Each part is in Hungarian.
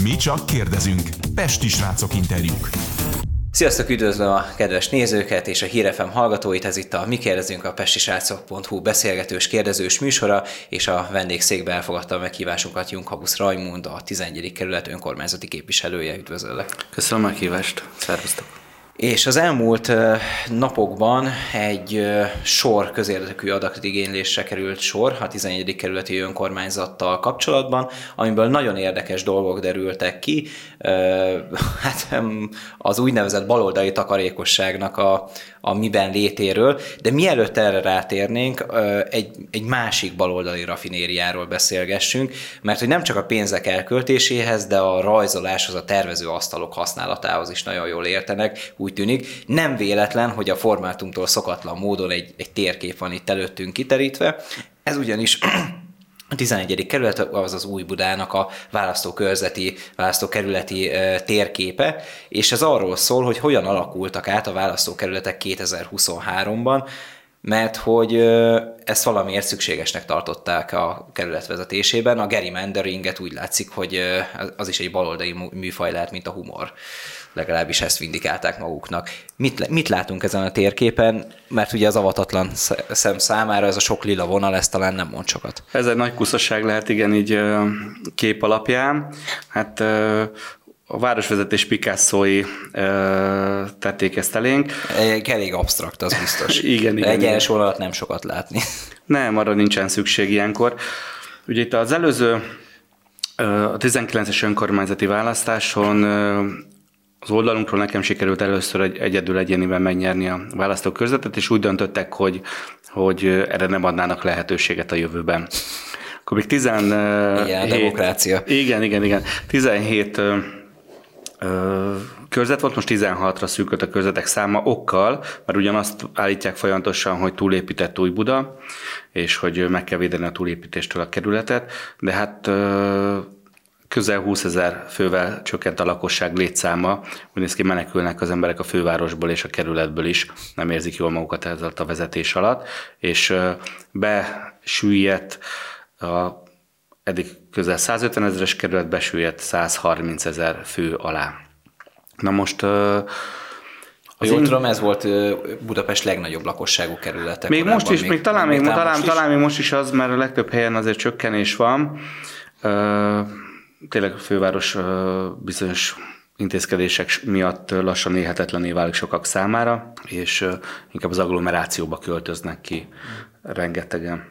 Mi csak kérdezünk. Pesti srácok interjúk. Sziasztok, üdvözlöm a kedves nézőket és a Hír FM hallgatóit, ez itt a Mi kérdezünk, a pestisrácok.hu beszélgetős kérdezős műsora, és a vendégszékbe elfogadta a meghívásunkat Junkhabusz Rajmund, a 11. kerület önkormányzati képviselője. Üdvözöllek! Köszönöm a meghívást, szervusztok! És az elmúlt napokban egy sor közérdekű adatigénylésre került sor a 11. kerületi önkormányzattal kapcsolatban, amiből nagyon érdekes dolgok derültek ki. Hát az úgynevezett baloldali takarékosságnak a miben létéről, de mielőtt erre rátérnénk, egy másik baloldali rafinériáról beszélgessünk, mert hogy nem csak a pénzek elköltéséhez, de a rajzoláshoz, a tervező asztalok használatához is nagyon jól értenek, úgy tűnik. Nem véletlen, hogy a formátumtól szokatlan módon egy térkép van itt előttünk kiterítve. Ez ugyanis a 11. kerület, az Újbudának a választókerületi térképe, és ez arról szól, hogy hogyan alakultak át a választókerületek 2023-ban, mert hogy ezt valamiért szükségesnek tartották a kerület vezetésében. A gerrymanderinget úgy látszik, hogy az is egy baloldali műfaj lehet, mint a humor. Legalábbis ezt vindikálták maguknak. Mit látunk ezen a térképen? Mert ugye az avatatlan szem számára ez a sok lila vonal, ez talán nem mond sokat. Ez egy nagy kuszosság lehet, igen, így kép alapján. Hát a városvezetés Picasso-i tették ezt elénk. Elég absztrakt, az biztos. Igen. Egyenes vonalat nem sokat látni. Nem, arra nincsen szükség ilyenkor. Ugye itt az előző, a 19-es önkormányzati választáson az oldalunkról nekem sikerült először egyedül egyéniben megnyerni a választókörzetet, és úgy döntöttek, hogy erre nem adnának lehetőséget a jövőben. Akkor még 17... Igen, demokrácia. Igen. 17 körzet volt, most 16-ra szűkült a körzetek száma okkal, mert ugyanazt állítják folyamatosan, hogy túlépített Újbuda, és hogy meg kell védeni a túlépítéstől a kerületet, de hát közel 20 000 fővel csökkent a lakosság létszáma, úgy néz ki, menekülnek az emberek a fővárosból és a kerületből is, nem érzik jól magukat ez a vezetés alatt, és besüllyedt eddig közel 150 000-es kerület, besüllyedt 130 000 fő alá. Na most... Jól tudom, ez volt Budapest legnagyobb lakosságú kerülete. Még most is, talán még most is az, mert a legtöbb helyen azért csökkenés van. Tényleg a főváros bizonyos intézkedések miatt lassan élhetetlenné válik sokak számára, és inkább az agglomerációba költöznek ki rengetegen.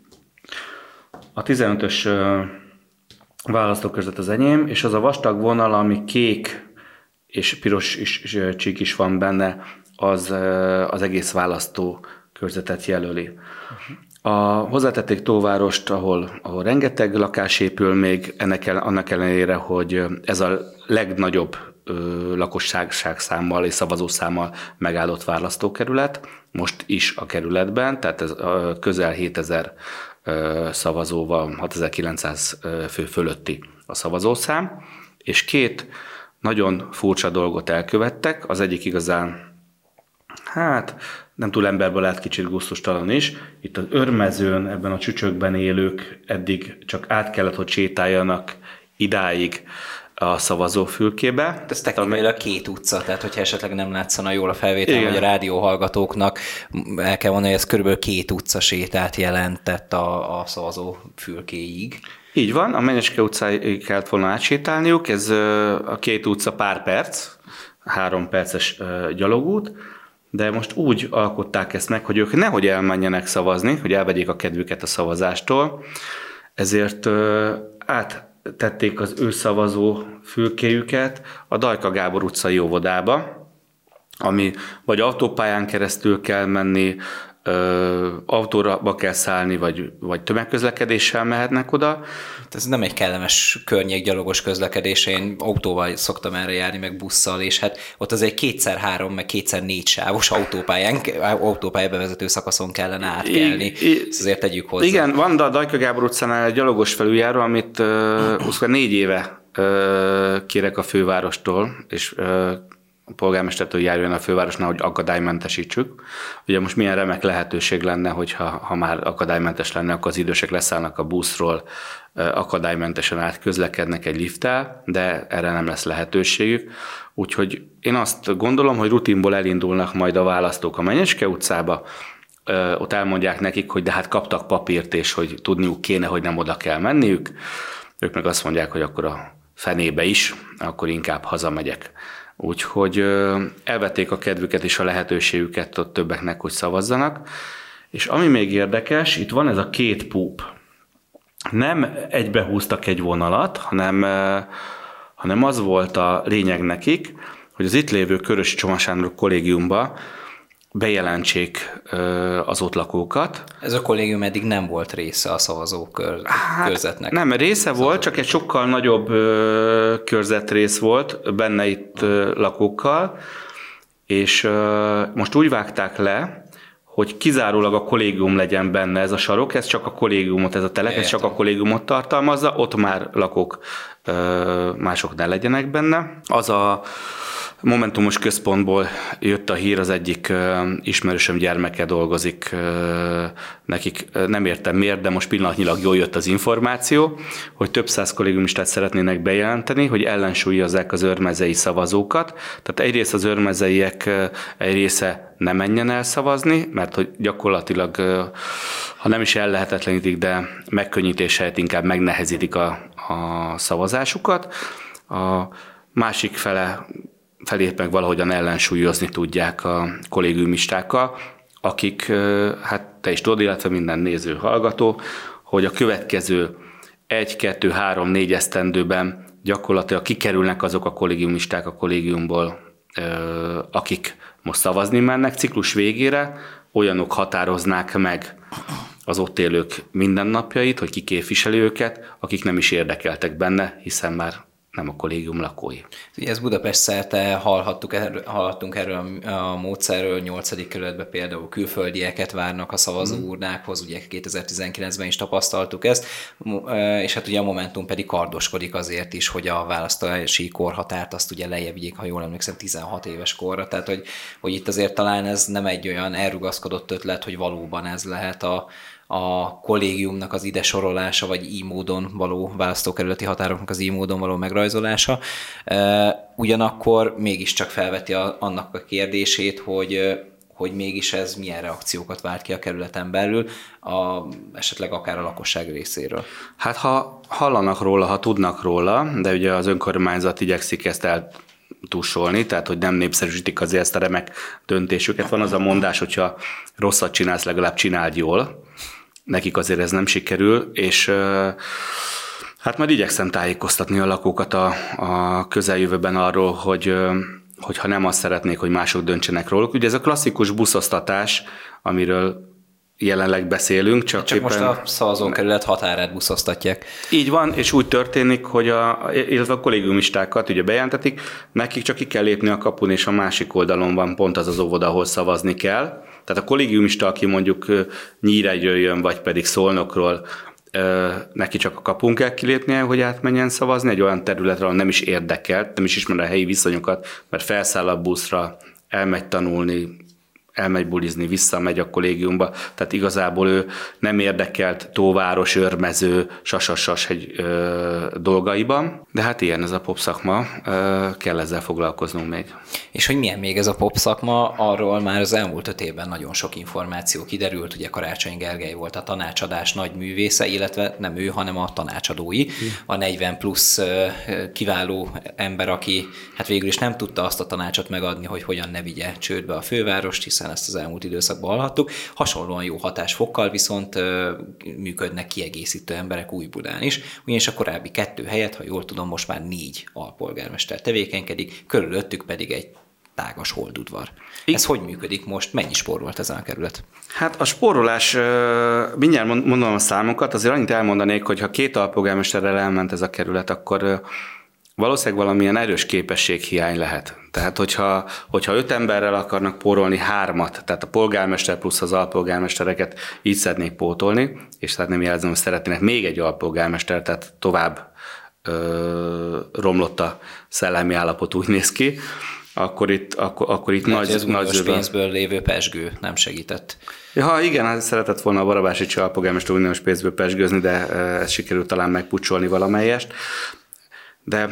A 15-ös választókörzet az enyém, és az a vastag vonal, ami kék és piros csík is van benne, az egész választókörzetet jelöli. Hozzátették Tóvárost, ahol rengeteg lakás épül még, annak ellenére, hogy ez a legnagyobb lakosságszámmal és szavazószámmal megállott választókerület, most is a kerületben, tehát ez közel 7000 szavazóval, 6900 fő fölötti a szavazószám, és két nagyon furcsa dolgot elkövettek, az egyik igazán, nem túl emberből lett, kicsit gusztustalan is. Itt az Örmezőn, ebben a csücsökben élők eddig csak át kellett, hogy sétáljanak idáig a szavazófülkébe. Ez technikailag két utca, tehát hogyha esetleg nem látszana jól a felvétel, vagy a rádióhallgatóknak, el kell mondani, hogy ez körülbelül 2 utca sétát jelentett a szavazófülkéig. Így van, a Menyeske utcáig kellett volna átsétálniuk, ez a 2 utca pár perc, 3 perces gyalogút, de most úgy alkották ezt meg, hogy ők nehogy elmenjenek szavazni, hogy elvegyék a kedvüket a szavazástól, ezért áttették az ő szavazó fülkéjüket a Dajka Gábor utcai óvodába, ami vagy autópályán keresztül kell menni, autóba kell szállni, vagy tömegközlekedéssel mehetnek oda. Ez nem egy kellemes környékgyalogos közlekedés, én autóval szoktam erre járni, meg busszal, és hát ott az egy 2x3, meg 2x4 sávos autópálya bevezető szakaszon kellene átkelni. Ezt azért tegyük hozzá. Igen, van a Dajka Gábor utcánál egy gyalogos felüljáró, amit 24 éve kérek a fővárostól, és polgármestertől járjon a fővárosnál, hogy akadálymentesítsük. Ugye most milyen remek lehetőség lenne, hogyha már akadálymentes lenne, akkor az idősek leszállnak a buszról, akadálymentesen átközlekednek egy lifttel, de erre nem lesz lehetőségük. Úgyhogy én azt gondolom, hogy rutinból elindulnak majd a választók a Menyecske utcába, ott elmondják nekik, hogy de hát kaptak papírt, és hogy tudniuk kéne, hogy nem oda kell menniük. Ők meg azt mondják, hogy akkor a fenébe is, akkor inkább hazamegyek. Úgyhogy elvették a kedvüket és a lehetőségüket ott többeknek, hogy szavazzanak. És ami még érdekes, itt van ez a két púp. Nem egybehúztak egy vonalat, hanem az volt a lényeg nekik, hogy az itt lévő Körösi Csoma Sándor kollégiumba bejelentsék az ott lakókat. Ez a kollégium eddig nem volt része a szavazókörzetnek. Nem, része volt, csak egy sokkal nagyobb körzetrész volt benne itt lakókkal, és most úgy vágták le, hogy kizárólag a kollégium legyen benne ez a sarok, ez csak a kollégiumot, ez a telek, ez csak a kollégiumot tartalmazza, ott már lakók mások ne legyenek benne. Az a Momentumos központból jött a hír, az egyik ismerősöm gyermeke dolgozik, nekik nem értem miért, de most pillanatnyilag jól jött az információ, hogy több száz kollégiumistát szeretnének bejelenteni, hogy ellensúlyozzák az őrmezei szavazókat. Tehát egyrészt az őrmezeiek egy része ne menjen el szavazni, mert hogy gyakorlatilag, ha nem is ellehetetlenítik, de megkönnyítés helyett inkább megnehezítik a szavazásukat. A másik felét meg valahogyan ellensúlyozni tudják a kollégiumistákkal, akik, hát te is tudod, illetve minden néző, hallgató, hogy a következő 1, 2, 3, 4 esztendőben gyakorlatilag kikerülnek azok a kollégiumisták a kollégiumból, akik most szavazni mennek. Ciklus végére olyanok határoznák meg az ott élők mindennapjait, hogy ki képviseli őket, akik nem is érdekeltek benne, hiszen már nem a kollégium lakói. Ugye ezt Budapest szerte hallhattunk erről a módszerről, 8. kerületben például külföldieket várnak a szavazóurnákhoz, ugye 2019-ben is tapasztaltuk ezt, és hát ugye a Momentum pedig kardoskodik azért is, hogy a választási korhatárt azt ugye lejjebb vigyék, ha jól emlékszem, 16 éves korra, tehát hogy itt azért talán ez nem egy olyan elrugaszkodott ötlet, hogy valóban ez lehet a kollégiumnak az ide sorolása, vagy így módon való választókerületi határoknak az így módon való megrajzolása. Ugyanakkor mégiscsak felveti annak a kérdését, hogy mégis ez milyen reakciókat vált ki a kerületen belül, esetleg akár a lakosság részéről. Hát ha hallanak róla, ha tudnak róla, de ugye az önkormányzat igyekszik ezt eltussolni, tehát hogy nem népszerűsítik azért ezt a remek döntésüket. Van az a mondás, hogyha rosszat csinálsz, legalább csináld jól. Nekik azért ez nem sikerül, és hát majd igyekszem tájékoztatni a lakókat a közeljövőben arról, hogy ha nem azt szeretnék, hogy mások döntsenek róluk. Ugye ez a klasszikus buszosztatás, amiről jelenleg beszélünk. Csak éppen most a szavazókerület határát buszoztatják. Így van, és úgy történik, hogy illetve a kollégiumistákat ugye bejelentetik, nekik csak ki kell lépni a kapun, és a másik oldalon van pont az óvoda, ahol szavazni kell. Tehát a kollégiumista, aki mondjuk Nyíregyről jön, vagy pedig Szolnokról, neki csak a kapun kell kilépnie, hogy átmenjen szavazni, egy olyan területre, ahol nem is érdekelt, nem is ismer a helyi viszonyokat, mert felszáll a buszra, elmegy tanulni, elmegy bulizni, visszamegy a kollégiumba, tehát igazából ő nem érdekelt Tóváros, Őrmező, Sas-Sas-Sas-hegy dolgaiban, de hát ilyen ez a pop szakma, kell ezzel foglalkoznunk még. És hogy milyen még ez a pop szakma, arról már az elmúlt 5 évben nagyon sok információ kiderült, ugye Karácsony Gergely volt a tanácsadás nagy művésze, illetve nem ő, hanem a tanácsadói, a 40 plusz kiváló ember, aki hát végül is nem tudta azt a tanácsot megadni, hogy hogyan ne vigye csődbe a fővárost, hiszen ezt az elmúlt időszakban hallhattuk. Hasonlóan jó hatásfokkal viszont működnek kiegészítő emberek Újbudán is, ugyanis a korábbi 2 helyett, ha jól tudom, most már 4 alpolgármester tevékenykedik, körülöttük pedig egy tágas holdudvar. Ez hogy működik most? Mennyi spórolt ezen a kerület? Hát a spórolás, mindjárt mondom a számokat, azért annyit elmondanék, hogy ha 2 alpolgármesterrel elment ez a kerület, akkor valószínűleg valamilyen erős képességhiány lehet. Tehát, hogyha 5 emberrel akarnak pórolni 3-at, tehát a polgármester plusz az alpolgármestereket így szeretnék pótolni, és tehát nem jelzem, hogy szeretnének még egy alpolgármester, tehát tovább romlott a szellemi állapot, úgy néz ki, akkor itt Lehet, nagy pénzből lévő pezsgő nem segített. Ja, igen, hát szeretett volna a Barabási alpolgármester uniós pénzből pezsgőzni, de ezt sikerült talán megpucsolni valamelyest. De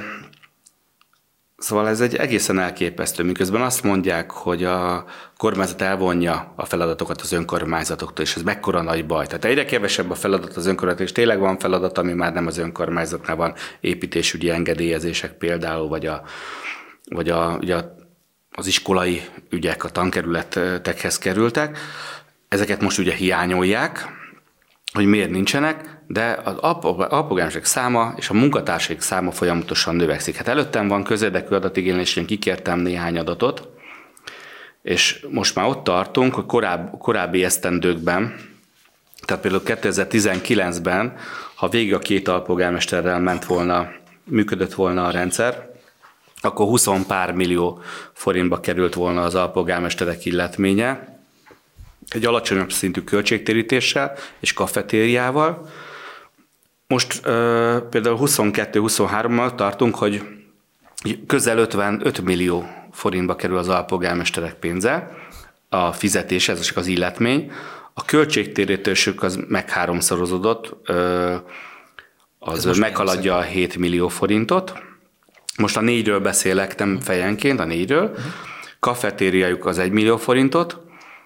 szóval ez egy egészen elképesztő, miközben azt mondják, hogy a kormányzat elvonja a feladatokat az önkormányzatoktól, és ez mekkora nagy baj. Tehát egyre kevesebb a feladat az önkormányzat, és tényleg van feladat, ami már nem az önkormányzatnál van, építésügyi engedélyezések például, vagy az iskolai ügyek a tankerületekhez kerültek. Ezeket most ugye hiányolják, hogy miért nincsenek, de az alpolgármesterek száma és a munkatársaik száma folyamatosan növekszik. Hát előttem van közérdekű adatigénylés, én kikértem néhány adatot, és most már ott tartunk, hogy korábbi esztendőkben, tehát például 2019-ben, ha végig a 2 alpolgármesterrel működött volna a rendszer, akkor 20 pár millió forintba került volna az alpolgármesterek illetménye, egy alacsonyabb szintű költségtérítéssel és kafetériával. Most például 22-23-mal tartunk, hogy közel 55 millió forintba kerül az alpolgármesterek pénze, a fizetés, ez csak az illetmény. A költségtérítésük az megháromszorozódott, az meghaladja a 7 millió forintot. Most a 4-ről beszélek, nem fejenként, a 4-ről. Kafetériájuk az 1 millió forintot,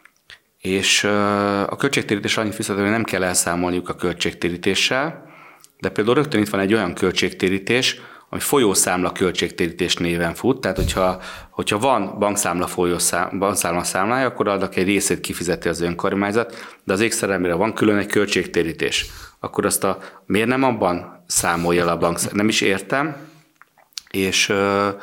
és a költségtérítés annyi fizető, hogy nem kell elszámolniuk a költségtérítéssel, de például rögtön itt van egy olyan költségtérítés, ami folyószámla költségtérítés néven fut, tehát hogyha van bankszámla számlája, akkor annak egy részét kifizeti az önkormányzat, de az égszerelmére van külön egy költségtérítés. Akkor azt miért nem abban számolja a bank? Nem is értem, és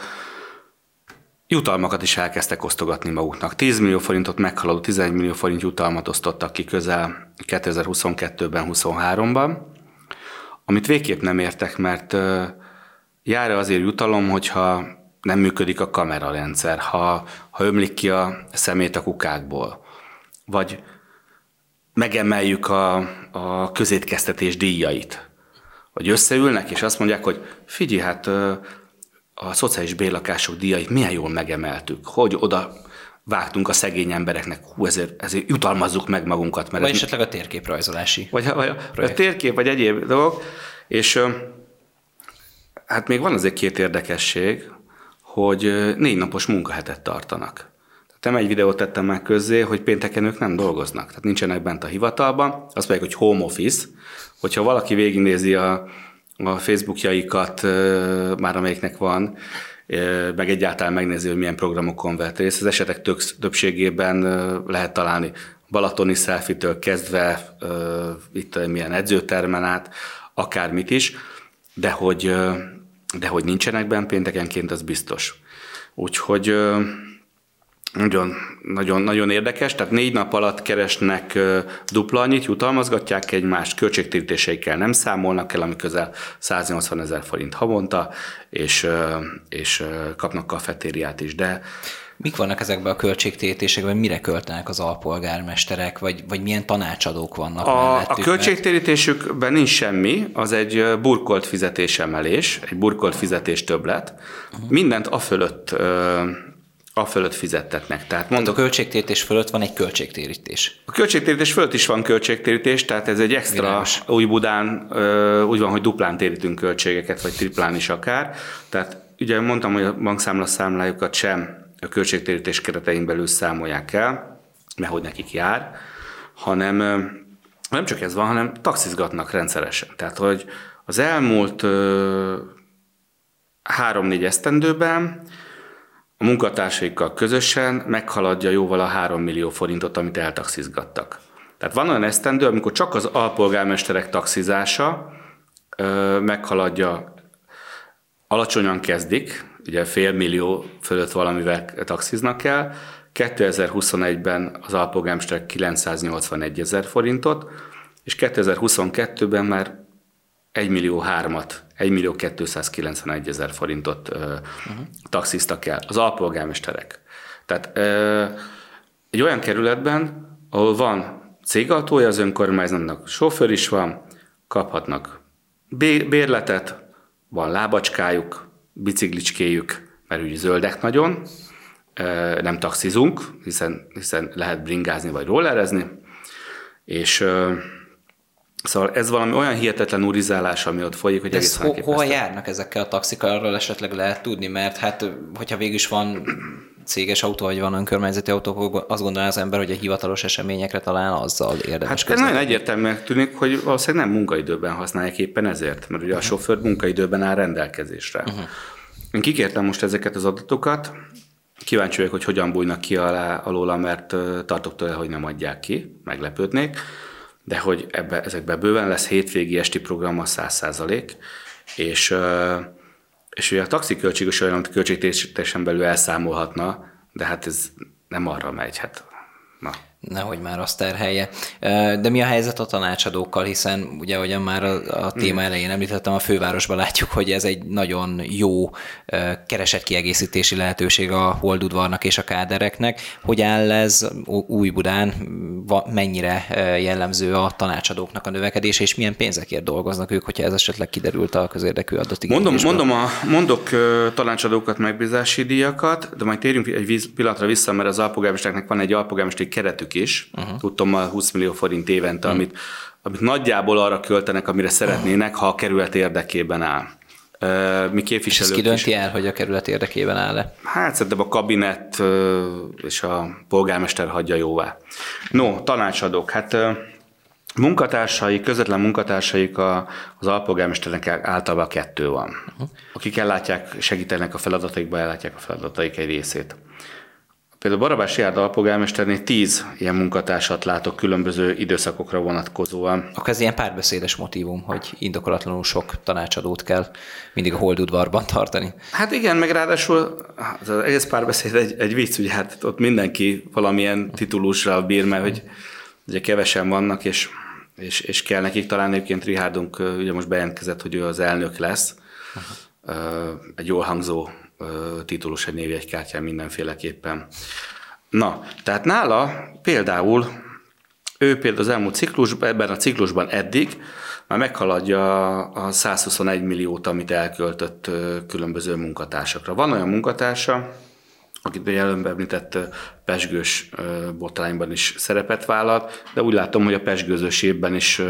jutalmakat is elkezdtek osztogatni maguknak. 10 millió forintot meghaladó 11 millió forint jutalmat osztottak ki közel 2022-ben, 23-ban, amit végképp nem értek, mert jár azért jutalom, hogyha nem működik a kamerarendszer, ha ömlik ki a szemét a kukákból, vagy megemeljük a közétkeztetés díjait, vagy összeülnek, és azt mondják, hogy figyelj, hát a szociális bérlakások díjait milyen jól megemeltük, hogy oda vágtunk a szegény embereknek, ezért jutalmazzuk meg magunkat. Vagy esetleg a térképrajzolási. Vagy a térkép, vagy egyéb dolgok. És hát még van azért 2 érdekesség, hogy 4 napos munkahetet tartanak. Tehát egy videót tettem már közzé, hogy pénteken ők nem dolgoznak, tehát nincsenek bent a hivatalban. Azt mondják, hogy home office. Hogyha valaki végignézi a Facebookjaikat, már amelyiknek van, meg egyáltalán megnézi, hogy milyen programokon vett részt. Az esetek többségében lehet találni balatoni selfie-től kezdve, itt milyen edzőtermen át, akármit is, de hogy nincsenek benne péntekenként, az biztos. Úgyhogy nagyon érdekes, tehát 4 nap alatt keresnek dupla annyit, jutalmazgatják egymást, költségtérítéseikkel nem számolnak el, ami közel 180 000 forint havonta, és kapnak kafetériát is, de... Mik vannak ezekben a költségtérítésekben, mire költenek az alpolgármesterek, vagy milyen tanácsadók vannak mellettük? A költségtérítésükben nincs semmi, az egy burkolt fizetésemelés, egy burkolt fizetés többlet. Mindent afölött fizettetnek. Tehát a költségtérítés fölött van egy költségtérítés. A költségtérítés fölött is van költségtérítés, tehát ez egy extra. Világos. Újbudán úgy van, hogy duplán térítünk költségeket, vagy triplán is akár. Tehát ugye mondtam, hogy a bankszámlájukat sem a költségtérítés keretein belül számolják el, mert hogy nekik jár, hanem nem csak ez van, hanem taxizgatnak rendszeresen. Tehát, hogy az elmúlt 3-4 esztendőben a munkatársaikkal közösen meghaladja jóval a 3 millió forintot, amit eltaxizgattak. Tehát van olyan esztendő, amikor csak az alpolgármesterek taxizása meghaladja, alacsonyan kezdik, ugye fél millió fölött valamivel taxiznak el, 2021-ben az alpolgármesterek 981 000 forintot, és 2022-ben már 1 291 000 forintot taxiztak el az alpolgármesterek. Tehát egy olyan kerületben, ahol van cégautója az önkormányzatnak, sofőr is van, kaphatnak bérletet, van lábacskájuk, biciklicskéjük, mert úgy zöldek nagyon, nem taxizunk, hiszen lehet bringázni vagy rollerezni, és szóval ez valami olyan hihetetlen urizálás, ami ott folyik, hogy egészen elképesztő. Hova járnak ezekkel a taxikkal, arról esetleg lehet tudni, mert hát, hogyha végül is van céges autó, vagy van önkormányzati autó, azt gondolná az ember, hogy a hivatalos eseményekre talán azzal érdemes Hát ez nagyon egyértelműen tűnik, hogy valószínűleg nem munkaidőben használják éppen ezért, mert ugye a sofőr munkaidőben áll rendelkezésre. Én kikértem most ezeket az adatokat, kíváncsi vagyok, hogy hogyan bújnak ki alóla, mert tartok tőle, hogy nem adják ki, meglepődnék, de hogy ezekben bőven lesz hétvégi esti program a 100%, és ugye a taxiköltség is olyan, amit költségtérítésen belül elszámolhatna, de hát ez nem arra megy, hát na. Nehogy már azt terhelje. De mi a helyzet a tanácsadókkal, hiszen ugye, ahogyan már a téma elején említettem, a fővárosban látjuk, hogy ez egy nagyon jó keresetkiegészítési lehetőség a Holdudvarnak és a kádereknek. Hogy áll ez Újbudán, mennyire jellemző a tanácsadóknak a növekedése, és milyen pénzekért dolgoznak ők, hogyha ez esetleg kiderült a közérdekű adatigénylésből? Mondok tanácsadókat, megbízási díjakat, de majd térjünk egy pillanatra vissza, mert az alpolgármesternek van egy alpolgármesteri keretük is, tudtommal 20 millió forint évente, amit nagyjából arra költenek, amire szeretnének, ha a kerület érdekében áll. Mi képviselők és ez ki dönti el, hogy a kerület érdekében áll-e? Hát szerintem a kabinet és a polgármester hagyja jóvá. No, tanácsadók. Hát közvetlen munkatársaik az alpolgármesternek általában 2 van. Akik segítenek a feladataikba, ellátják a feladataik egy részét. Például Barabás Szilárd alpolgármesternél 10 ilyen munkatársat látok különböző időszakokra vonatkozóan. Akkor ez ilyen párbeszédes motívum, hogy indokolatlanul sok tanácsadót kell mindig a Holdudvarban tartani. Hát igen, meg ráadásul az egész párbeszéd egy vicc, ugye hát ott mindenki valamilyen titulusra bír, mert hogy ugye kevesen vannak, és kell nekik. Talán egyébként Rihárdunk ugye most bejelentkezett, hogy ő az elnök lesz. Egy jól hangzó titulus, egy névjegykártyán mindenféleképpen. Na, tehát nála például, ő például az elmúlt ciklusban, ebben a ciklusban eddig már meghaladja a 121 milliót, amit elköltött különböző munkatársakra. Van olyan munkatársa, akit előbb említett pezsgős botrányban is szerepet vállalt, de úgy látom, hogy a pezsgőzős évben is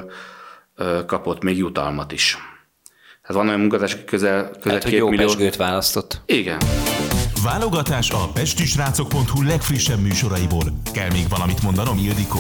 kapott még jutalmat is. Hát van olyan munkatárs, aki közel 2 millió. Jó pezsgőt választott. Igen. Válogatás a pestisrácok.hu legfrissebb műsoraiból. Kell még valamit mondanom, Ildikó?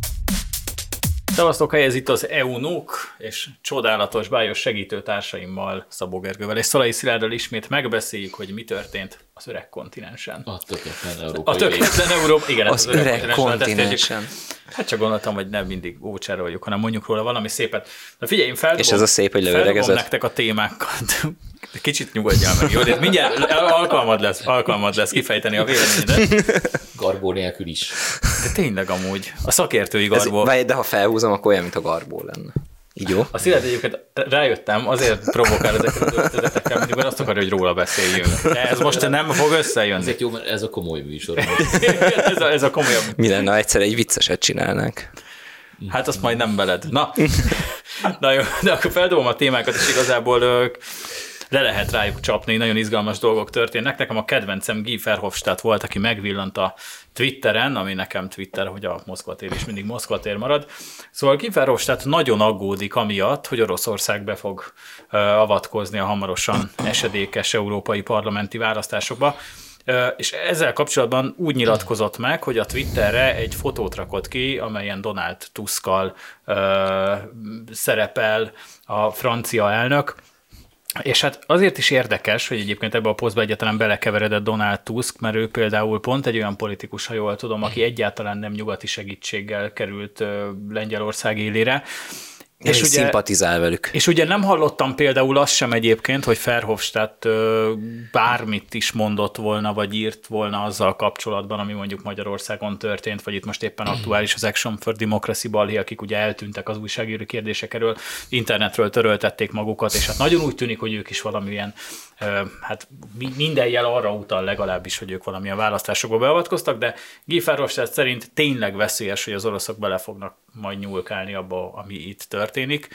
Szevasztok, ez itt az EU-NUK, és csodálatos, bájos segítőtársaimmal, Szabó Gergővel és Szalai Szilárddal ismét megbeszéljük, hogy mi történt az öreg kontinensen. A tökéletlen európai. A tökéletlen Európa, igen. Az öreg kontinensen. Hát csak gondoltam, hogy nem mindig ócsároljuk, hanem mondjuk róla valami szépet. Na figyelj, én feldobom, és ez a szép, hogy leöregezett. nektek a témákat. Kicsit nyugodjál meg, jó? De mindjárt alkalmad lesz kifejteni a véleményedet. Garbó nélkül is. De tényleg amúgy. A szakértői garbó. De ha felhúzom, akkor olyan, mint a garbó lenne. Így jó? A Szilárd egyébként rájöttem, azért provokál ezekkel az ötletekkel, mert azt akarja, hogy róla beszéljünk. De ez most nem fog összejönni. Ezek jó, mert ez a komoly műsor. ez a komolyabb. Mi lenne, ha egyszer egy vicceset csinálnánk? Hát azt majd nem veled. Na jó, de akkor feldobom a témákat, és igazából le lehet rájuk csapni, nagyon izgalmas dolgok történnek. Nekem a kedvencem Guy Verhofstadt volt, aki megvillant a Twitteren, ami nekem Twitter, hogy a Moszkva tér is mindig Moszkva tér marad. Szóval Guy Verhofstadt nagyon aggódik amiatt, hogy Oroszország be fog avatkozni a hamarosan esedékes európai parlamenti választásokba. És ezzel kapcsolatban úgy nyilatkozott meg, hogy a Twitterre egy fotót rakott ki, amelyen Donald Tuskkal szerepel a francia elnök. És hát azért is érdekes, hogy egyébként ebbe a posztba egyáltalán belekeveredett Donald Tusk, mert ő például pont egy olyan politikus, ha jól tudom, aki egyáltalán nem nyugati segítséggel került Lengyelország élére. És ugye, szimpatizál velük. És ugye nem hallottam például azt sem egyébként, hogy Verhofstadt bármit is mondott volna, vagy írt volna azzal kapcsolatban, ami mondjuk Magyarországon történt, vagy itt most éppen aktuális az Action for Democracy balhé, akik ugye eltűntek az újságíró kérdésekről, internetről töröltették magukat, és hát nagyon úgy tűnik, hogy ők is valamilyen, hát minden jel arra utal legalábbis, hogy ők valamilyen választásokba beavatkoztak, de Guy Verhofstadt szerint tényleg veszélyes, hogy az oroszok bele fognak majd nyúlkálni abba, ami itt történik,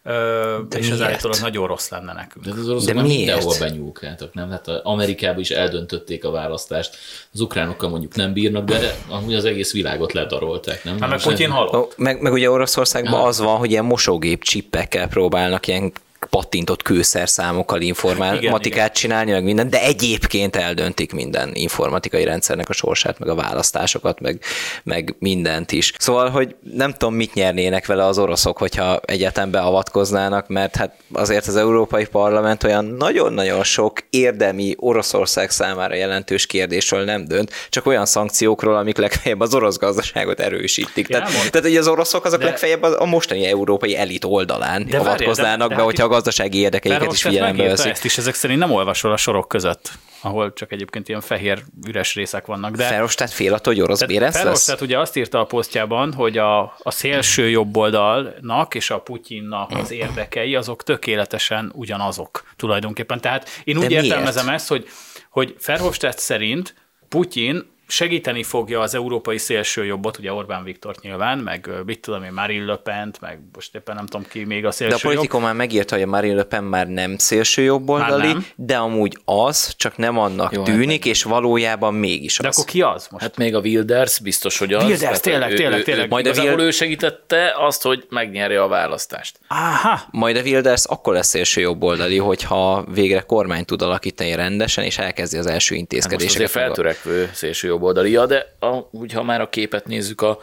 és ez miért? állítólag nagyon rossz lenne nekünk. De az oroszok mindenhol benyúlkáltak, nem? Hát Amerikában is eldöntötték a választást, az ukránokkal mondjuk nem bírnak, de amúgy az egész világot ledarolták, nem? Hát meg Putyin halott. Meg ugye Oroszországban az van, hogy ilyen mosógép csippekkel próbálnak ilyen pattintott kőszerszámokkal informatikát csinálni, meg minden, de egyébként eldöntik minden informatikai rendszernek a sorsát, meg a választásokat, meg mindent is. Szóval, hogy nem tudom, mit nyernének vele az oroszok, hogyha egyáltalán beavatkoznának, mert hát azért az Európai Parlament olyan nagyon-nagyon sok érdemi Oroszország számára jelentős kérdésről nem dönt, csak olyan szankciókról, amik legfeljebb az orosz gazdaságot erősítik. Tehát hogy az oroszok azok legfeljebb a mostani európai elit oldalán avatkoznának be, hogyha a gazdasági érdekeiket is figyelembe veszik. Ezt is, ezek szerint nem olvasol a sorok között, ahol csak egyébként ilyen fehér üres részek vannak. De Verhofstadt fél attól, hogy orosz Bérenc lesz? Verhofstadt ugye azt írta a posztjában, hogy a szélső jobboldalnak és a Putyinnak az érdekei azok tökéletesen ugyanazok tulajdonképpen. Tehát én úgy értelmezem ezt, hogy Verhofstadt szerint Putyin segíteni fogja az európai szélsőjobbot, ugye Orbán Viktort nyilván, meg mit tudom én, Marine Le Pen-t, meg most éppen nem tudom ki még a szélsőjobb. De a Politico már megírta, hogy a Marine Le Pen már nem szélsőjobboldali, de amúgy az, csak nem annak tűnik, és valójában mégis az. De akkor ki az most? Hát még a Wilders biztos, hogy az. Wilders, tényleg. Majd igazából ő segítette azt, hogy megnyerje a választást. Aha. Majd a Wilders akkor lesz szélsőjobboldali, hogyha végre kormányt tud alakítani rendesen, és elkezdi az első intézkedéseket. Most azért feltörekvő szélsőjobboldalia, de ha már a képet nézzük, a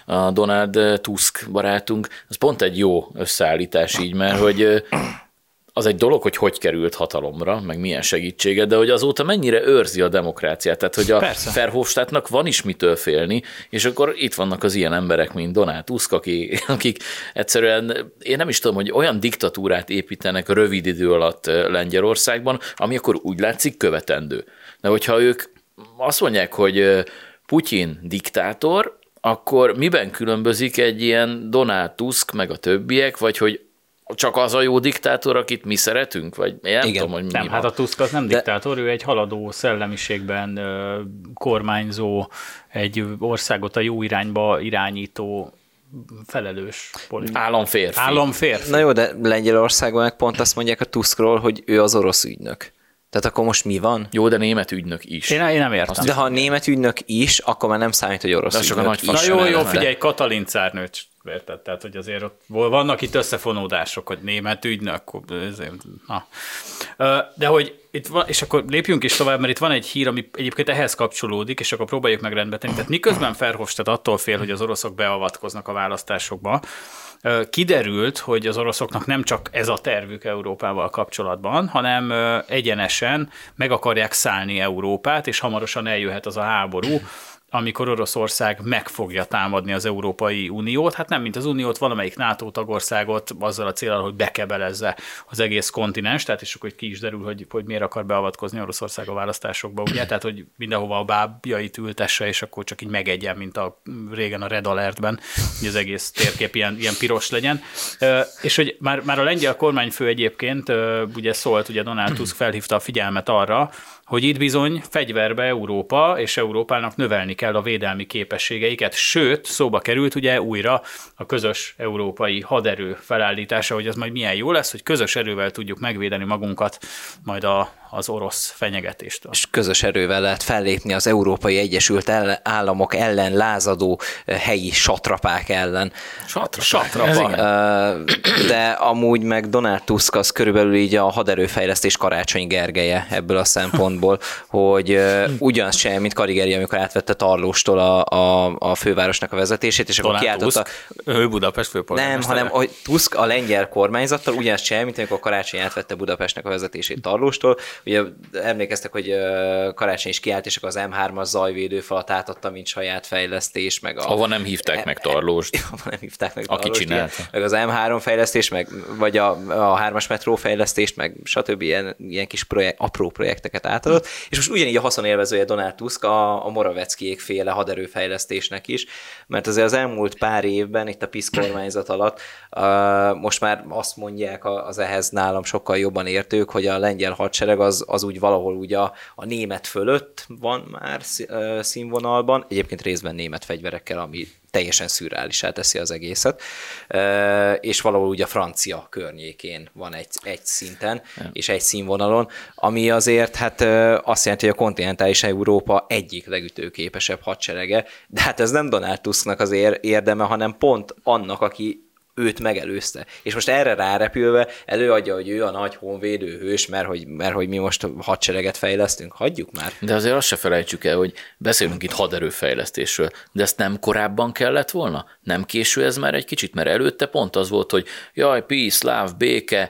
Donald Tusk barátunk, az pont egy jó összeállítás így, mert hogy az egy dolog, hogy került hatalomra, meg milyen segítsége, de hogy azóta mennyire őrzi a demokráciát, tehát hogy a Verhofstadtnak van is mitől félni, és akkor itt vannak az ilyen emberek, mint Donald Tusk, akik egyszerűen, én nem is tudom, hogy olyan diktatúrát építenek rövid idő alatt Lengyelországban, ami akkor úgy látszik követendő. De hogyha ők azt mondják, hogy Putyin diktátor, akkor miben különbözik egy ilyen Donald Tusk meg a többiek, vagy hogy csak az a jó diktátor, akit mi szeretünk? Vagy én nem tudom, hogy mi nem, van. hát a Tusk az nem diktátor, ő egy haladó szellemiségben kormányzó, egy országot a jó irányba irányító felelős politikus. Államférfi. Na jó, de Lengyelországban meg pont azt mondják a Tuskról, hogy ő az orosz ügynök. Tehát akkor most mi van? Jó, de német ügynök is. Én nem értem. De ha német ügynök is, akkor már nem számít, hogy orosz ügynök is. Na jó, figyelj, Katalin cárnőt, érted? Tehát, hogy azért ott vannak itt összefonódások, hogy német ügynök. De hogy itt van, és akkor lépjünk is tovább, mert itt van egy hír, ami egyébként ehhez kapcsolódik, és akkor próbáljuk meg rendbe tenni. Tehát miközben Verhofstadt attól fél, hogy az oroszok beavatkoznak a választásokba, kiderült, hogy az oroszoknak nem csak ez a tervük Európával kapcsolatban, hanem egyenesen meg akarják szállni Európát, és hamarosan eljöhet az a háború, amikor Oroszország meg fogja támadni az Európai Uniót, hát nem mint az Uniót, valamelyik NATO tagországot azzal a céllal, hogy bekebelezze az egész kontinens, tehát és akkor ki is derül, hogy miért akar beavatkozni Oroszország a választásokba, ugye, tehát hogy mindenhova a bábjait ültesse, és akkor csak így megegyen, mint a régen a Red Alertben, hogy az egész térkép ilyen piros legyen. És hogy már a lengyel kormányfő egyébként ugye szólt, ugye Donald Tusk felhívta a figyelmet arra, hogy itt bizony fegyverbe Európa, és Európának növelni kell a védelmi képességeiket, sőt, szóba került ugye újra a közös európai haderő felállítása, hogy az majd milyen jó lesz, hogy közös erővel tudjuk megvédeni magunkat majd az orosz fenyegetéstől. És közös erővel lehet fellépni az Európai Egyesült Államok ellen lázadó helyi satrapák ellen. Satrapa. De amúgy meg Donald Tusk az körülbelül így a haderőfejlesztés Karácsony Gergelye ebből a szempontból, hogy ugyanaz sem, mint Karigeri, amikor átvette Tarlóstól a fővárosnak a vezetését, és akkor kiáltotta... Ő Budapest főpolgármestere. Nem, hanem hogy Tusk a lengyel kormányzattal ugyanaz sem, mint amikor Karácsony átvette Budapestnek a vezetését Tarlóstól. Ugye emlékeztek, hogy Karácsony is kiállt, és akkor az M3-as zajvédőfalat átadta, mint saját fejlesztés, meg Ahova nem hívták meg Tarlóst. Ahova nem hívták meg Tarlóst. Aki csinálta. Meg az M3 fejlesztés, vagy a 3-as metró fejlesztést, meg stb. Ilyen kis apró projekteket átadott. És most ugyanígy a haszonélvezője Donald Tusk a Moraveckiék féle haderőfejlesztésnek is, mert azért az elmúlt pár évben itt a PiS kormányzat alatt most már azt mondják az ehhez nálam sokkal jobban értők, hogy a lengyel hadsereg az úgy valahol úgy a német fölött van már színvonalban, egyébként részben német fegyverekkel, ami teljesen szürreálisá teszi az egészet, és valahol úgy a francia környékén van egy szinten, és egy színvonalon, ami azért hát azt jelenti, hogy a kontinentális Európa egyik legütőképesebb hadserege, de hát ez nem Donald Tusknak az érdeme, hanem pont annak, aki őt megelőzte. És most erre rárepülve előadja, hogy ő a nagy honvédő hős, mert hogy mi most hadsereget fejlesztünk. Hagyjuk már. De azért azt se felejtsük el, hogy beszélünk itt haderőfejlesztésről, de ezt nem korábban kellett volna? Nem késő ez már egy kicsit? Mert előtte pont az volt, hogy jaj, peace, love, béke,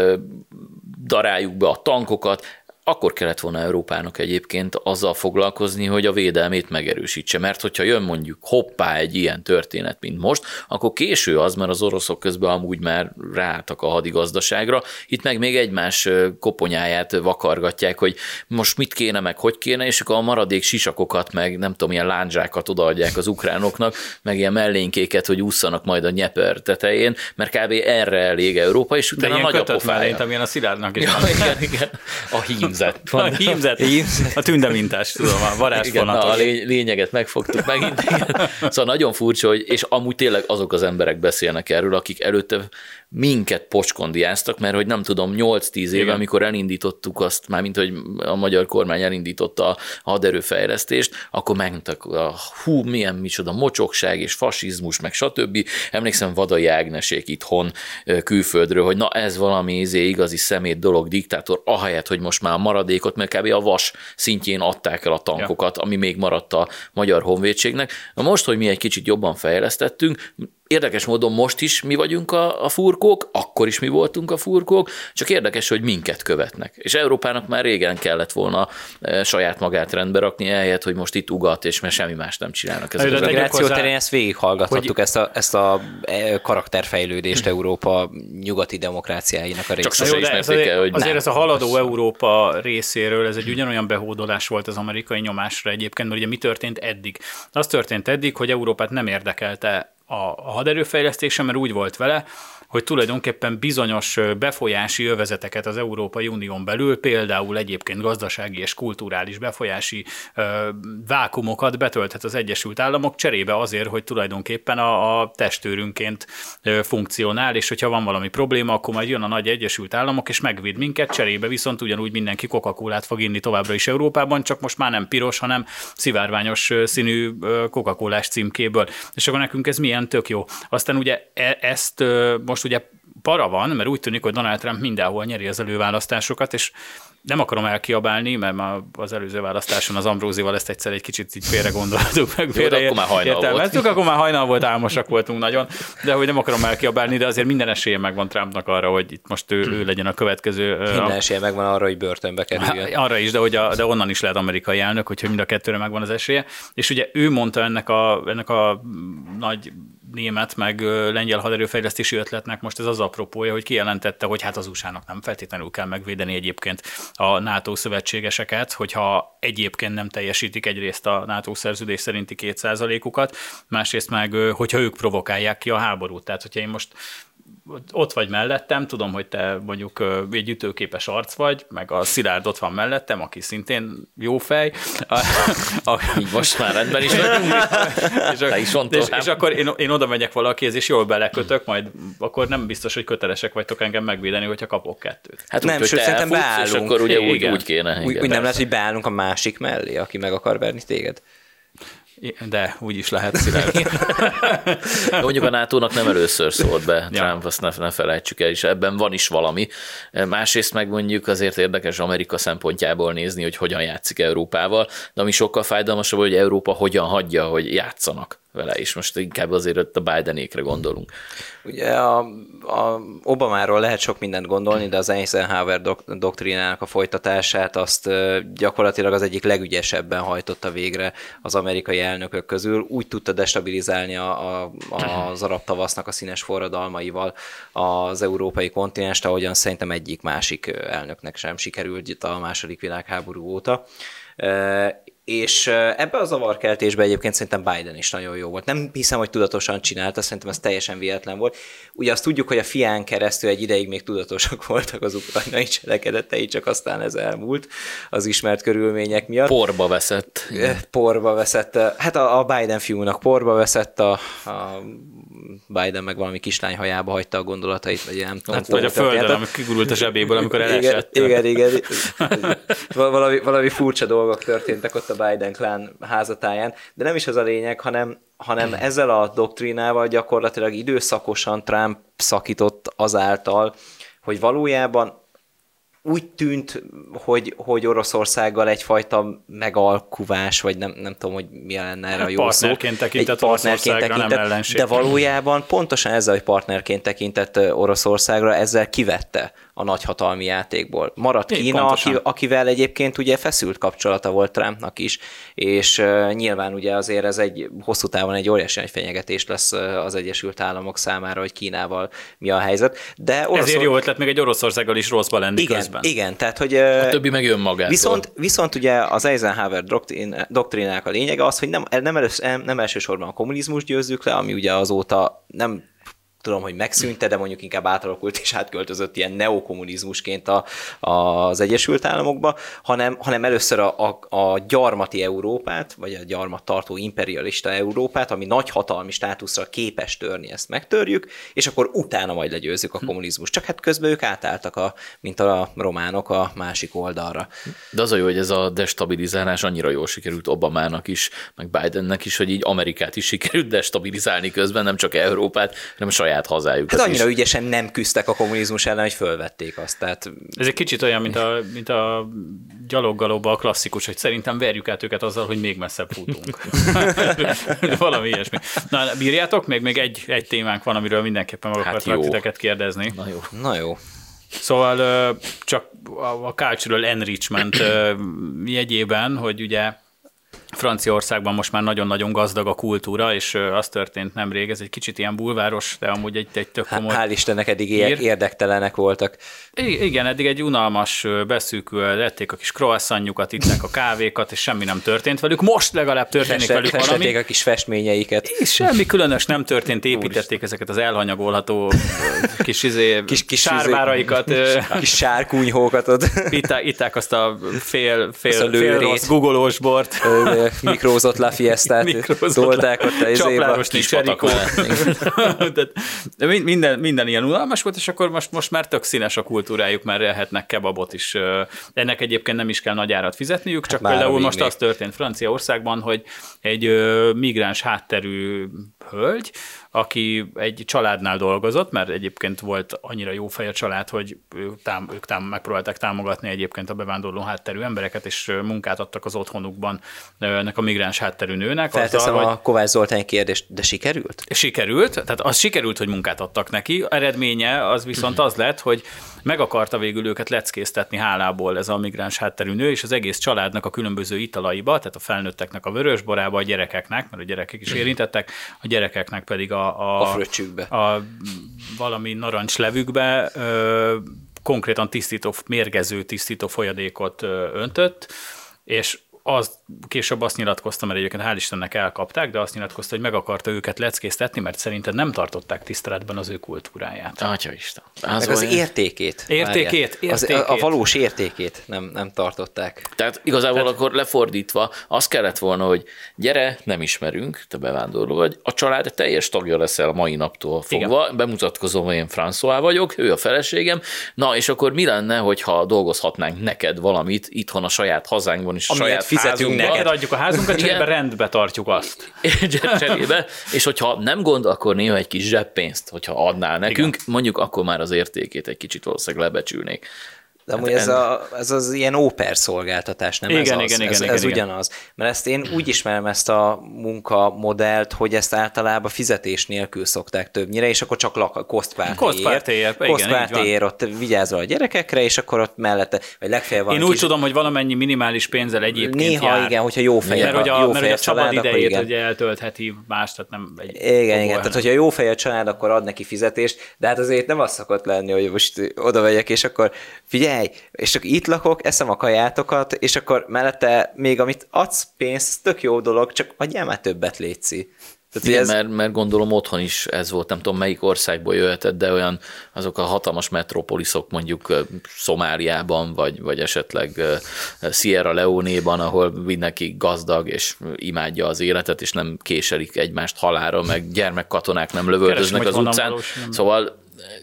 daráljuk be a tankokat. Akkor kellett volna Európának egyébként azzal foglalkozni, hogy a védelmét megerősítse, mert hogyha jön mondjuk hoppá egy ilyen történet, mint most, akkor késő az, mert az oroszok közben amúgy már ráálltak a hadigazdaságra, itt meg még egymás koponyáját vakargatják, hogy most mit kéne, meg hogy kéne, és akkor a maradék sisakokat, meg nem tudom, ilyen lándzsákat odaadják az ukránoknak, meg ilyen mellénykéket, hogy ússzanak majd a Dnyeper tetején, mert kb. Erre elég Európa, és utána nagy a pofája. Amilyen a Szilárdnak is ja, igen. A hímzet. A hímzet. A tündemintás, tudom, a varázsfonatos. A lényeget megfogtuk megint. Igen. Szóval nagyon furcsa, hogy, és amúgy tényleg azok az emberek beszélnek erről, akik előtte minket pocskondiáztak, mert hogy nem tudom, 8-10 éve, amikor elindítottuk azt, mármint, hogy a magyar kormány elindította a haderőfejlesztést, akkor megmondtak, milyen micsoda mocsokság és fasizmus, meg stb. Emlékszem Vadai Ágnesék itthon külföldről, hogy na ez valami igazi szemét dolog, diktátor, ahelyett, hogy most már a maradékot, mert kb. A vas szintjén adták el a tankokat, ami még maradt a magyar honvédségnek. Na most, hogy mi egy kicsit jobban fejlesztettünk, érdekes módon most is mi vagyunk a furkók, akkor is mi voltunk a furkók, csak érdekes, hogy minket követnek. És Európának már régen kellett volna saját magát rendbe rakni, ehelyett, hogy most itt ugat, és mert semmi más nem csinálnak. A migráció terén ezt végighallgathattuk, ezt a karakterfejlődést Európa nyugati demokráciáinak a része. Csak sose ismerték el, hogy azért ez a haladó Európa részéről, ez egy ugyanolyan behódolás volt az amerikai nyomásra egyébként, mert ugye mi történt eddig? Az történt eddig, hogy Európát nem érdekelte a haderőfejlesztése, mert úgy volt vele, hogy tulajdonképpen bizonyos befolyási övezeteket az Európai Unión belül, például egyébként gazdasági és kulturális befolyási vákumokat betölthet az Egyesült Államok cserébe azért, hogy tulajdonképpen a testőrünként funkcionál, és hogyha van valami probléma, akkor majd jön a nagy Egyesült Államok, és megvéd minket, cserébe viszont ugyanúgy mindenki Coca-Colát fog inni továbbra is Európában, csak most már nem piros, hanem szivárványos színű Coca-Colás címkéből. És akkor nekünk ez milyen tök jó. Aztán ugye ezt most ugye para van, mert úgy tűnik, hogy Donald Trump mindenhol nyeri az előválasztásokat, és nem akarom elkiabálni, mert már az előző választáson az Ambrózival ezt egyszer egy kicsit így félre gondoltuk, meg félreértelmeztük, akkor már hajnal volt, álmosak voltunk nagyon, de hogy nem akarom elkiabálni, de azért minden esélye megvan Trumpnak arra, hogy itt most ő legyen a következő. Minden esélye megvan arra, hogy börtönbe kerüljön. Arra is, de onnan is lehet amerikai elnök, hogyha mind a kettőre megvan az esélye. És ugye ő mondta ennek a nagy német meg lengyel haderőfejlesztési ötletnek most ez az apropója, hogy kijelentette, hogy hát az USA-nak nem feltétlenül kell megvédeni egyébként a NATO szövetségeseket, hogyha egyébként nem teljesítik egyrészt a NATO szerződés szerinti 2%-ukat, másrészt meg, hogyha ők provokálják ki a háborút. Tehát, hogyha én most ott vagy mellettem, tudom, hogy te mondjuk egy ütőképes arc vagy, meg a Szilárd ott van mellettem, aki szintén jó fej. Így most már rendben is és akkor én oda megyek valakihez, és jól belekötök, majd akkor nem biztos, hogy kötelesek vagytok engem megvédeni, hogyha kapok kettőt. Hát nem, úgy, sőt, szerintem beállunk. És akkor ugye úgy kéne. Úgy nem lehet, hogy beállunk a másik mellé, aki meg akar verni téged. De úgy is lehet, Szilárd. Mondjuk a NATO-nak nem először szólt be Trump, azt ne felejtsük el, és ebben van is valami. Másrészt meg mondjuk azért érdekes Amerika szempontjából nézni, hogy hogyan játszik Európával, de ami sokkal fájdalmasabb, hogy Európa hogyan hagyja, hogy játszanak vele, és most inkább azért a Bidenékre gondolunk. Ugye a Obamáról lehet sok mindent gondolni, de az Eisenhower doktrínának a folytatását azt gyakorlatilag az egyik legügyesebben hajtotta végre az amerikai elnökök közül. Úgy tudta destabilizálni az arab tavasznak a színes forradalmaival az európai kontinenst, ahogyan szerintem egyik másik elnöknek sem sikerült itt a második világháború óta. És ebbe a zavarkeltésbe egyébként szerintem Biden is nagyon jó volt. Nem hiszem, hogy tudatosan csinálta, szerintem ez teljesen véletlen volt. Ugye azt tudjuk, hogy a fián keresztül egy ideig még tudatosak voltak az ukrajnai cselekedetei, csak aztán ez elmúlt az ismert körülmények miatt. Porba veszett. Porba veszett. Hát a Biden fiúnak porba veszett, a Biden meg valami kislány hajába hagyta a gondolatait, vagy nem tudom. Hát, vagy a földön, ami kigurult a zsebéből, amikor elesett. Igen. Valami furcsa dolgok történtek ott a Biden klán házatáján, de nem is az a lényeg, hanem ezzel a doktrínával gyakorlatilag időszakosan Trump szakított azáltal, hogy valójában úgy tűnt, hogy Oroszországgal egyfajta megalkuvás, vagy nem tudom, hogy mi lenne erre a jó szó. Partnerként Oroszországra, nem ellenség. De valójában pontosan ezzel, hogy partnerként tekintett Oroszországra, ezzel kivette a nagyhatalmi játékból. Maradt Kína, akivel egyébként ugye feszült kapcsolata volt Trumpnak is, és nyilván ugye azért ez egy hosszú távon egy óriási nagy fenyegetés lesz az Egyesült Államok számára, hogy Kínával mi a helyzet. De ezért jó ötlet még egy Oroszországgal is rosszba lenni közben. Igen, tehát hogy... A többi meg jön magától. Viszont ugye az Eisenhower doktrínának a lényege az, hogy nem elsősorban a kommunizmus győzzük le, ami ugye azóta nem tudom, hogy megszűnte, de mondjuk inkább átalakult és átköltözött ilyen neokommunizmusként az Egyesült Államokba, hanem először a gyarmati Európát, vagy a gyarmat tartó imperialista Európát, ami nagyhatalmi státuszra képes törni, ezt megtörjük, és akkor utána majd legyőzzük a kommunizmust. Csak hát közben ők átálltak, mint a románok a másik oldalra. De az a jó, hogy ez a destabilizálás annyira jól sikerült Obamának is, meg Bidennek is, hogy így Amerikát is sikerült destabilizálni közben, nem csak Európát, hanem a saját hazájukat. Hát annyira ügyesen nem küzdtek a kommunizmus ellen, hogy fölvették azt. Tehát... Ez egy kicsit olyan, mint a gyaloggalóba a klasszikus, hogy szerintem verjük át őket azzal, hogy még messzebb futunk. Valami ilyesmi. Na, bírjátok? Még egy témánk van, amiről mindenképpen meg akartak titeket kérdezni. Na jó. Szóval csak a cultural enrichment jegyében, hogy ugye Franciaországban most már nagyon-nagyon gazdag a kultúra, és az történt nemrég, ez egy kicsit ilyen bulváros, de amúgy egy tök komoly... Hál' Istennek eddig érdektelenek voltak. Igen, eddig egy unalmas, beszűkül, ették a kis croissantjukat, itták a kávékat, és semmi nem történt velük. Most legalább történik velük valami. Festették a kis festményeiket. És semmi különös nem történt, építették ezeket az elhanyagolható kis sárváraikat. Kis sárkúnyhókat ott. Itták azt a fél rossz googolós bort. Mikrózott La Fiestát, tolták ott a Csapláros Nicserikó. Minden ilyen unalmas volt, és akkor most már tök színes a kultúrájuk, már lehetnek kebabot is. Ennek egyébként nem is kell nagy árat fizetniük, csak például most az történt Franciaországban, hogy egy migráns hátterű hölgy, aki egy családnál dolgozott, mert egyébként volt annyira jó fej a család, hogy ők megpróbálták támogatni egyébként a bevándorló hátterű embereket, és munkát adtak az otthonukban ennek a migráns hátterű nőnek. Felteszem a Kovács Zoltán kérdést, de sikerült? Sikerült, tehát az sikerült, hogy munkát adtak neki. Eredménye az viszont az lett, hogy meg akarta végül őket leckéztetni hálából ez a migráns hátterű nő, és az egész családnak a különböző italaiba, tehát a felnőtteknek a vörösborába, a gyerekeknek, mert a gyerekek is érintettek, a gyerekeknek pedig a fröccsükbe. A valami narancslevükbe konkrétan mérgező tisztító folyadékot öntött, és később azt nyilatkozta, mert egyébként hál' Istennek elkapták, de azt nyilatkozta, hogy meg akarta őket leckéztetni, mert szerinted nem tartották tiszteletben az ő kultúráját. Atyaisten. Az értékét. A valós értékét nem tartották. Tehát igazából akkor lefordítva, az kellett volna, hogy gyere, nem ismerünk, te bevándorló vagy, a család teljes tagja leszel a mai naptól fogva, igen. Bemutatkozom, hogy én François vagyok, ő a feleségem, na és akkor mi lenne, hogyha dolgozhatnánk neked valamit itthon a saját hazánkban is, a saját fizetünk neked. Adjuk a házunkat, cserébe rendbe tartjuk azt. Cserébe, és hogyha nem gond, akkor néha egy kis zseppénzt, hogyha adnál nekünk, igen. Mondjuk akkor már az értékét egy kicsit valószínűleg lebecsülnék. De amúgy ez az ilyen óper szolgáltatás, nem igen, ez ugyanaz. Mert ezt én úgy ismerem ezt a munkamodellt, hogy ezt általában fizetés nélkül szokták többnyire, és akkor csak kosztpártéért ott vigyázol a gyerekekre, és akkor ott mellette, vagy legfeljebb van. Én úgy tudom, hogy valamennyi minimális pénzzel egyébként néha jár. Igen, hogyha jó feje mert a szabad idejét ugye eltöltheti más, tehát nem egy... Igen, tehát hogyha jó feje a család, akkor ad neki fizetést, de hát azért nem az szokott lenni, hogy most oda megyek, és akkor figyelj, figyelj, és csak itt lakok, eszem a kajátokat, és akkor mellette még amit adsz pénzt, tök jó dolog, csak adjál már többet, létszi. Igen, mert gondolom otthon is ez volt, nem tudom melyik országból jöhetett, de olyan azok a hatalmas metropoliszok mondjuk Szomáliában, vagy esetleg Sierra Leone-ban, ahol mindenki gazdag és imádja az életet, és nem késelik egymást halálra, meg gyermekkatonák nem lövöldöznek az utcán. Szóval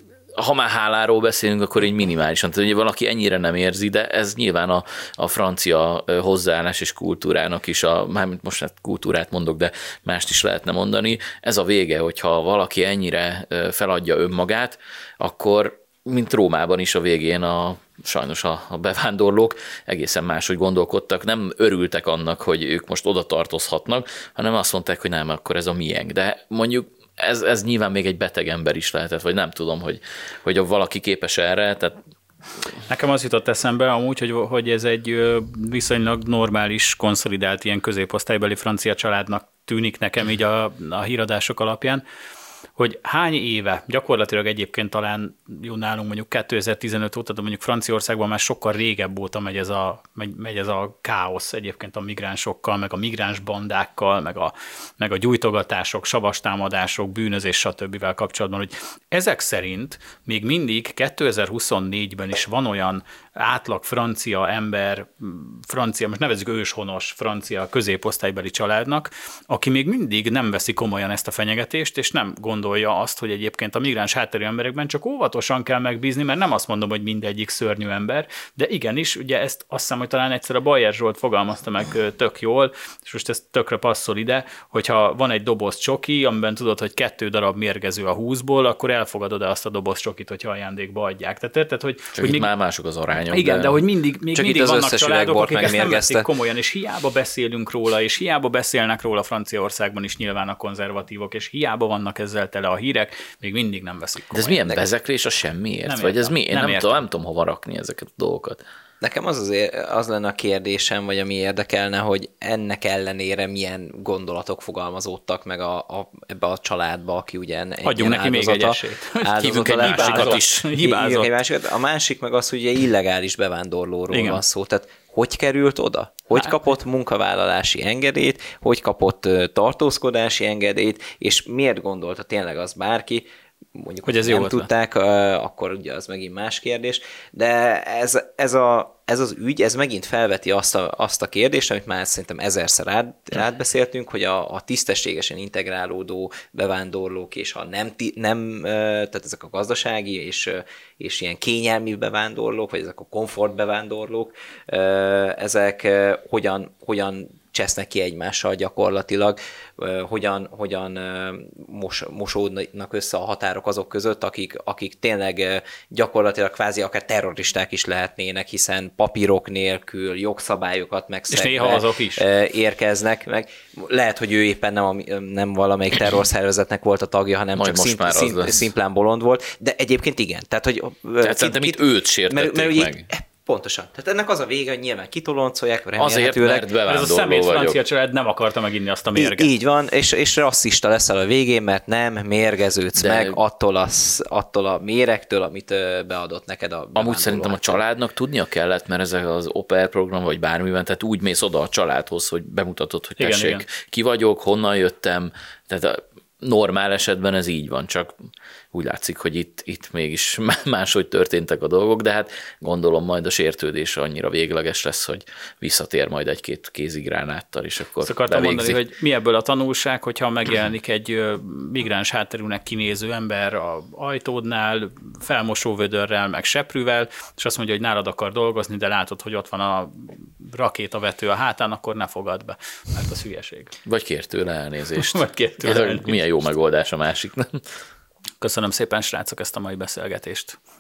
ha már háláról beszélünk, akkor egy minimálisan. Tehát ugye valaki ennyire nem érzi, de ez nyilván a francia hozzáállás és kultúrának is, mármint most hát kultúrát mondok, de mást is lehetne mondani. Ez a vége, hogyha valaki ennyire feladja önmagát, akkor mint Rómában is a végén sajnos a bevándorlók egészen máshogy gondolkodtak, nem örültek annak, hogy ők most oda tartozhatnak, hanem azt mondták, hogy nem, akkor ez a miénk. De mondjuk ez nyilván még egy beteg ember is lehetett, vagy nem tudom, hogy valaki képes erre. Tehát... Nekem az jutott eszembe amúgy, hogy ez egy viszonylag normális, konszolidált ilyen középosztálybeli francia családnak tűnik nekem így a híradások alapján, hogy hány éve, gyakorlatilag egyébként talán jó nálunk mondjuk 2015 óta, de mondjuk Franciaországban már sokkal régebb óta megy ez a káosz egyébként a migránsokkal, meg a migráns bandákkal, meg a gyújtogatások, savastámadások, bűnözés, stb. Kapcsolatban, hogy ezek szerint még mindig 2024-ben is van olyan átlag francia ember, most nevezzük őshonos francia középosztálybeli családnak, aki még mindig nem veszi komolyan ezt a fenyegetést, és nem gondolja azt, hogy egyébként a migráns hátterű emberekben csak óvatosan kell megbízni, mert nem azt mondom, hogy mindegyik szörnyű ember, de igenis, ugye ezt azt hiszem, hogy talán egyszer a Bajer Zsolt fogalmazta meg tök jól, és most ez tökre passzol ide, hogyha van egy doboz csoki, amiben tudod, hogy 2 darab mérgező a 20-ból, akkor elfogadod azt a doboz csokit, hogyha ajándékba adják. Tehát érted, hogy még már mások az arányok. Igen, de hogy még mindig vannak családok, akik ezt nem veszik komolyan, és hiába beszélünk róla, és hiába beszélnek róla Franciaországban is nyilván a konzervatívok, és hiába vannak ezzel tele a hírek, még mindig nem veszik komolyan. De ez milyen bezeklés a semmiért? Nem vagy ez mi? Én nem tudom hova rakni ezeket a dolgokat. Nekem az lenne a kérdésem, vagy ami érdekelne, hogy ennek ellenére milyen gondolatok fogalmazódtak meg ebbe a családba, aki ugye adjunk neki még egy esélyt. Hívunk egy másikat is. Hibázott. A másik meg az, hogy ugye illegális bevándorlóról van szó. Tehát hogy került oda? Hogy kapott munkavállalási engedélyt, hogy kapott tartózkodási engedélyt, és miért gondolta tényleg az bárki, mondjuk, hogy ez nem tudták, akkor ugye az megint más kérdés, de ez az ügy, ez megint felveti azt a kérdést, amit már szerintem 1000-szer átbeszéltünk, hogy a tisztességesen integrálódó bevándorlók és a nem tehát ezek a gazdasági és ilyen kényelmi bevándorlók, vagy ezek a komfort bevándorlók, ezek hogyan csesznek ki egymással gyakorlatilag, hogyan mosódnak össze a határok azok között, akik tényleg gyakorlatilag kvázi akár terroristák is lehetnének, hiszen papírok nélkül, jogszabályokat megszegve és néha azok is érkeznek meg. Lehet, hogy ő éppen nem valamelyik terrorszervezetnek volt a tagja, hanem majd csak szimplán bolond volt, de egyébként igen. Tehát, hogy szerintem itt őt sértették meg. Pontosan. Tehát ennek az a vége, hogy nyilván kitoloncolják, remélhetőleg. Azért, mert bevándorló ez a szemét francia család nem akarta meginni azt a mérget. Így van, és rasszista leszel a végén, mert nem mérgeződsz meg attól a méregtől, amit beadott neked a amúgy szerintem a családnak tudnia kellett, mert ez az OPR program, vagy bármiben, tehát úgy mész oda a családhoz, hogy bemutatod, hogy tessék, igen. Ki vagyok, honnan jöttem, tehát normál esetben ez így van, csak úgy látszik, hogy itt mégis máshogy történtek a dolgok, de hát gondolom majd a sértődés annyira végleges lesz, hogy visszatér majd 1-2 kézigránáttal, és akkor azt akartam mondani, hogy mi ebből a tanulság, hogyha megjelenik egy migráns hátterűnek kinéző ember a ajtódnál, felmosóvödörrel, meg seprűvel, és azt mondja, hogy nálad akar dolgozni, de látod, hogy ott van a rakétavető a hátán, akkor ne fogad be, mert az hülyeség. Vagy kér tőle elnézést. Vagy kér tőle elnézést. Milyen jó megoldás a másik, nem? Köszönöm szépen, srácok, ezt a mai beszélgetést.